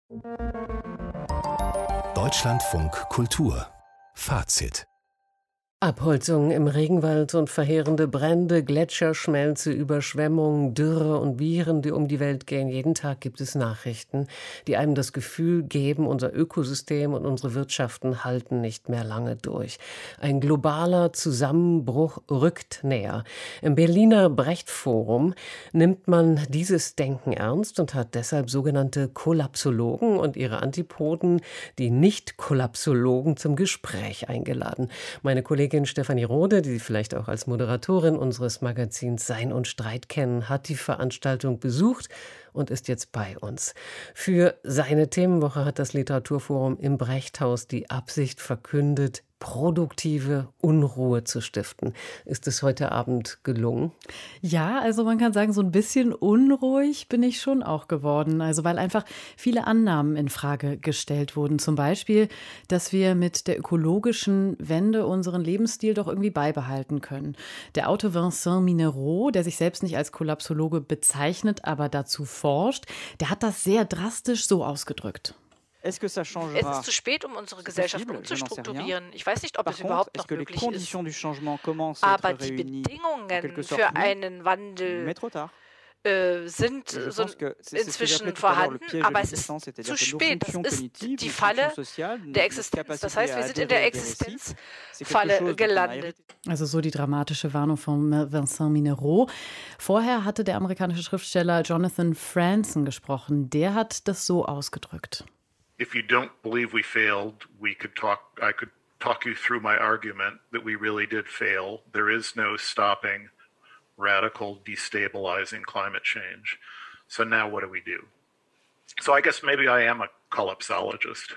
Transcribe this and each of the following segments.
Deutschlandfunk Kultur Fazit. Abholzung im Regenwald und verheerende Brände, Gletscherschmelze, Überschwemmungen, Dürre und Viren, die um die Welt gehen. Jeden Tag gibt es Nachrichten, die einem das Gefühl geben, unser Ökosystem und unsere Wirtschaften halten nicht mehr lange durch. Ein globaler Zusammenbruch rückt näher. Im Berliner Brecht-Forum nimmt man dieses Denken ernst und hat deshalb sogenannte Kollapsologen und ihre Antipoden, die Nicht-Kollapsologen, zum Gespräch eingeladen. Meine Kollegin Stefanie Rode, die Sie vielleicht auch als Moderatorin unseres Magazins Sein und Streit kennen, hat die Veranstaltung besucht und ist jetzt bei uns. Für seine Themenwoche hat das Literaturforum im Brechthaus die Absicht verkündet, produktive Unruhe zu stiften. Ist es heute Abend gelungen? Ja, also man kann sagen, so ein bisschen unruhig bin ich schon auch geworden. Also weil einfach viele Annahmen in Frage gestellt wurden. Zum Beispiel, dass wir mit der ökologischen Wende unseren Lebensstil doch irgendwie beibehalten können. Der Autor Vincent Mineraud, der sich selbst nicht als Kollapsologe bezeichnet, aber dazu forscht, der hat das sehr drastisch so ausgedrückt. Es ist zu spät, um unsere Gesellschaft umzustrukturieren. Ich weiß nicht, ob es überhaupt noch möglich ist. Aber die Bedingungen für einen Wandel sind inzwischen vorhanden, aber es ist zu spät. Das ist die Falle der Existenz. Das heißt, wir sind in der Existenzfalle gelandet. Also so die dramatische Warnung von Vincent Mineraud. Vorher hatte der amerikanische Schriftsteller Jonathan Franzen gesprochen. Der hat das so ausgedrückt. If you don't believe we failed, I could talk you through my argument that we really did fail. There is no stopping radical, destabilizing climate change. So now what do we do? So I guess maybe I am a collapsologist.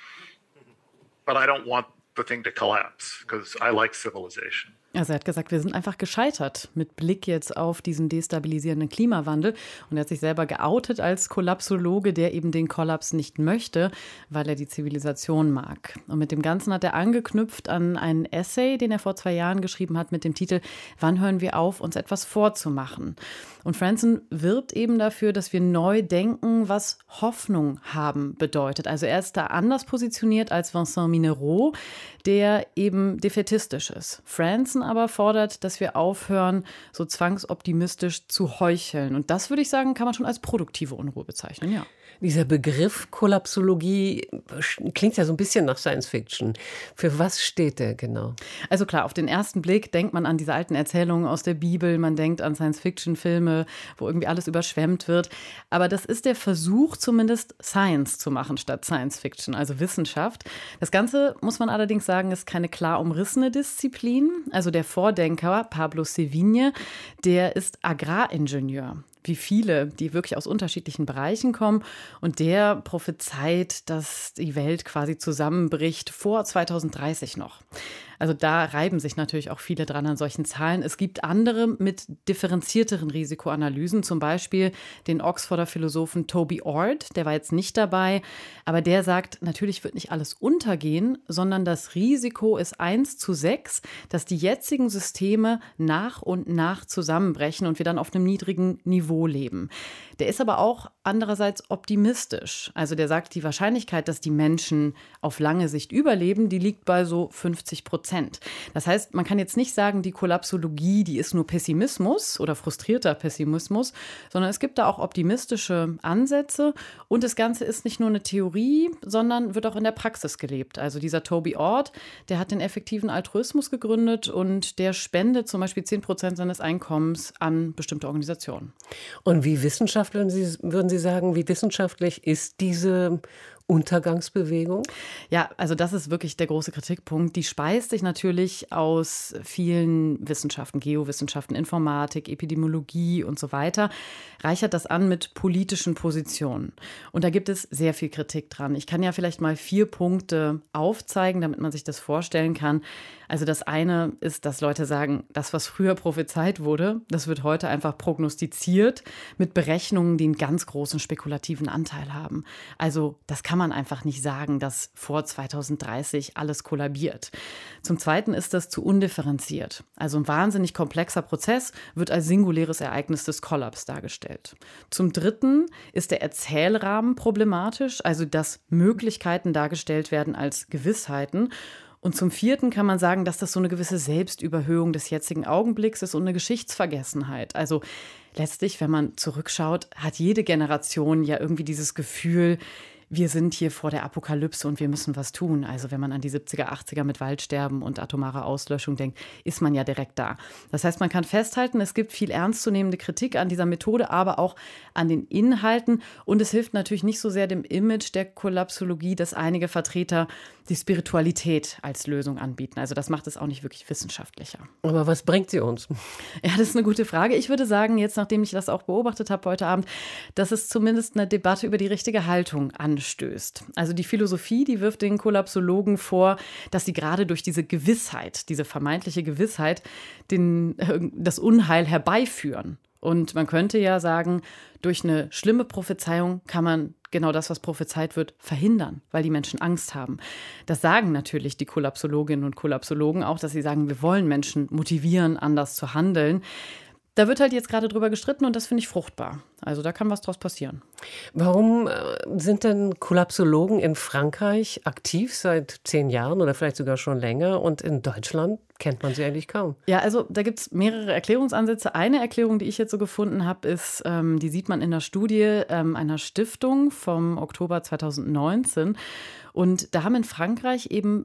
But I don't want the thing to collapse, because I like civilization. Also er hat gesagt, wir sind einfach gescheitert mit Blick jetzt auf diesen destabilisierenden Klimawandel. Und er hat sich selber geoutet als Kollapsologe, der eben den Kollaps nicht möchte, weil er die Zivilisation mag. Und mit dem Ganzen hat er angeknüpft an einen Essay, den er vor 2 Jahren geschrieben hat mit dem Titel „Wann hören wir auf, uns etwas vorzumachen?" Und Franzen wirbt eben dafür, dass wir neu denken, was Hoffnung haben bedeutet. Also er ist da anders positioniert als Vincent Mineraud, der eben defaitistisch ist. Franzen aber fordert, dass wir aufhören, so zwangsoptimistisch zu heucheln. Und das, würde ich sagen, kann man schon als produktive Unruhe bezeichnen, ja. Dieser Begriff Kollapsologie klingt ja so ein bisschen nach Science Fiction. Für was steht der genau? Also klar, auf den ersten Blick denkt man an diese alten Erzählungen aus der Bibel, man denkt an Science-Fiction-Filme, wo irgendwie alles überschwemmt wird. Aber das ist der Versuch, zumindest Science zu machen statt Science-Fiction, also Wissenschaft. Das Ganze, muss man allerdings sagen, ist keine klar umrissene Disziplin. Also der Vordenker Pablo Sevigne, der ist Agraringenieur. Wie viele, die wirklich aus unterschiedlichen Bereichen kommen. Und der prophezeit, dass die Welt quasi zusammenbricht vor 2030 noch. Also da reiben sich natürlich auch viele dran an solchen Zahlen. Es gibt andere mit differenzierteren Risikoanalysen, zum Beispiel den Oxforder Philosophen Toby Ord, der war jetzt nicht dabei, aber der sagt, natürlich wird nicht alles untergehen, sondern das Risiko ist 1:6, dass die jetzigen Systeme nach und nach zusammenbrechen und wir dann auf einem niedrigen Niveau leben. Der ist aber auch andererseits optimistisch. Also der sagt, die Wahrscheinlichkeit, dass die Menschen auf lange Sicht überleben, die liegt bei so 50%. Das heißt, man kann jetzt nicht sagen, die Kollapsologie, die ist nur Pessimismus oder frustrierter Pessimismus, sondern es gibt da auch optimistische Ansätze und das Ganze ist nicht nur eine Theorie, sondern wird auch in der Praxis gelebt. Also dieser Toby Ord, der hat den effektiven Altruismus gegründet und der spendet zum Beispiel 10% seines Einkommens an bestimmte Organisationen. Und wie Wissenschaftler, würden Sie sagen, wie wissenschaftlich ist diese Untergangsbewegung? Ja, also das ist wirklich der große Kritikpunkt. Die speist sich natürlich aus vielen Wissenschaften, Geowissenschaften, Informatik, Epidemiologie und so weiter, reichert das an mit politischen Positionen. Und da gibt es sehr viel Kritik dran. Ich kann ja vielleicht mal 4 Punkte aufzeigen, damit man sich das vorstellen kann. Also das eine ist, dass Leute sagen, das, was früher prophezeit wurde, das wird heute einfach prognostiziert mit Berechnungen, die einen ganz großen spekulativen Anteil haben. Also das kann man einfach nicht sagen, dass vor 2030 alles kollabiert. Zum Zweiten ist das zu undifferenziert. Also ein wahnsinnig komplexer Prozess wird als singuläres Ereignis des Kollaps dargestellt. Zum Dritten ist der Erzählrahmen problematisch, also dass Möglichkeiten dargestellt werden als Gewissheiten. Und zum Vierten kann man sagen, dass das so eine gewisse Selbstüberhöhung des jetzigen Augenblicks ist und eine Geschichtsvergessenheit. Also letztlich, wenn man zurückschaut, hat jede Generation ja irgendwie dieses Gefühl, wir sind hier vor der Apokalypse und wir müssen was tun. Also wenn man an die 70er, 80er mit Waldsterben und atomare Auslöschung denkt, ist man ja direkt da. Das heißt, man kann festhalten, es gibt viel ernstzunehmende Kritik an dieser Methode, aber auch an den Inhalten. Und es hilft natürlich nicht so sehr dem Image der Kollapsologie, dass einige Vertreter die Spiritualität als Lösung anbieten. Also das macht es auch nicht wirklich wissenschaftlicher. Aber was bringt sie uns? Ja, das ist eine gute Frage. Ich würde sagen, jetzt nachdem ich das auch beobachtet habe heute Abend, dass es zumindest eine Debatte über die richtige Haltung anstößt. Also die Philosophie, die wirft den Kollapsologen vor, dass sie gerade durch diese Gewissheit, diese vermeintliche Gewissheit, das Unheil herbeiführen. Und man könnte ja sagen, durch eine schlimme Prophezeiung kann man genau das, was prophezeit wird, verhindern, weil die Menschen Angst haben. Das sagen natürlich die Kollapsologinnen und Kollapsologen auch, dass sie sagen, wir wollen Menschen motivieren, anders zu handeln. Da wird halt jetzt gerade drüber gestritten und das finde ich fruchtbar. Also da kann was draus passieren. Warum sind denn Kollapsologen in Frankreich aktiv seit 10 Jahren oder vielleicht sogar schon länger und in Deutschland kennt man sie eigentlich kaum? Ja, also da gibt es mehrere Erklärungsansätze. Eine Erklärung, die ich jetzt so gefunden habe, ist, die sieht man in der Studie einer Stiftung vom Oktober 2019. Und da haben in Frankreich eben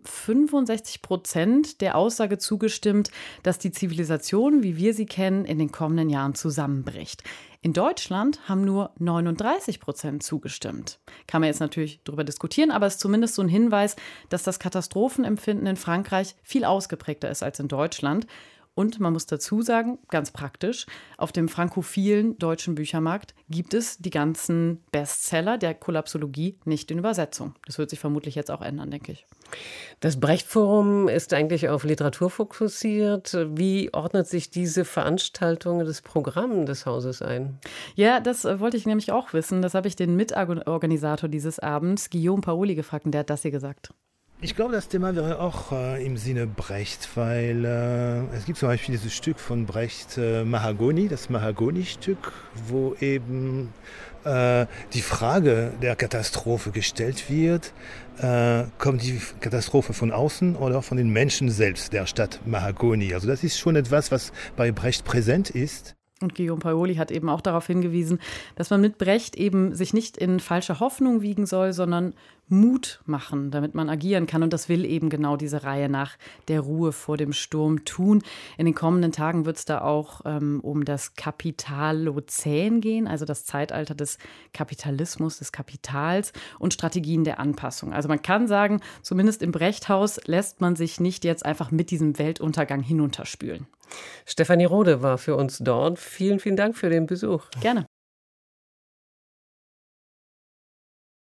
65% der Aussage zugestimmt, dass die Zivilisation, wie wir sie kennen, in den kommenden Jahren zusammenbricht. In Deutschland haben nur 39% zugestimmt. Kann man jetzt natürlich darüber diskutieren, aber es ist zumindest so ein Hinweis, dass das Katastrophenempfinden in Frankreich viel ausgeprägter ist als in Deutschland. Und man muss dazu sagen, ganz praktisch, auf dem frankophilen deutschen Büchermarkt gibt es die ganzen Bestseller der Kollapsologie nicht in Übersetzung. Das wird sich vermutlich jetzt auch ändern, denke ich. Das Brecht-Forum ist eigentlich auf Literatur fokussiert. Wie ordnet sich diese Veranstaltung das Programm des Hauses ein? Ja, das wollte ich nämlich auch wissen. Das habe ich den Mitorganisator dieses Abends, Guillaume Paoli, gefragt und der hat das hier gesagt. Ich glaube, das Thema wäre auch im Sinne Brecht, weil es gibt zum Beispiel dieses Stück von Brecht, Mahagoni, das Mahagoni-Stück, wo eben die Frage der Katastrophe gestellt wird. Kommt die Katastrophe von außen oder von den Menschen selbst der Stadt Mahagoni? Also das ist schon etwas, was bei Brecht präsent ist. Und Guillaume Paoli hat eben auch darauf hingewiesen, dass man mit Brecht eben sich nicht in falsche Hoffnung wiegen soll, sondern Mut machen, damit man agieren kann. Und das will eben genau diese Reihe nach der Ruhe vor dem Sturm tun. In den kommenden Tagen wird es da auch um das Kapitalozän gehen, also das Zeitalter des Kapitalismus, des Kapitals und Strategien der Anpassung. Also man kann sagen, zumindest im Brechthaus lässt man sich nicht jetzt einfach mit diesem Weltuntergang hinunterspülen. Stefanie Rode war für uns dort. Vielen, vielen Dank für den Besuch. Gerne.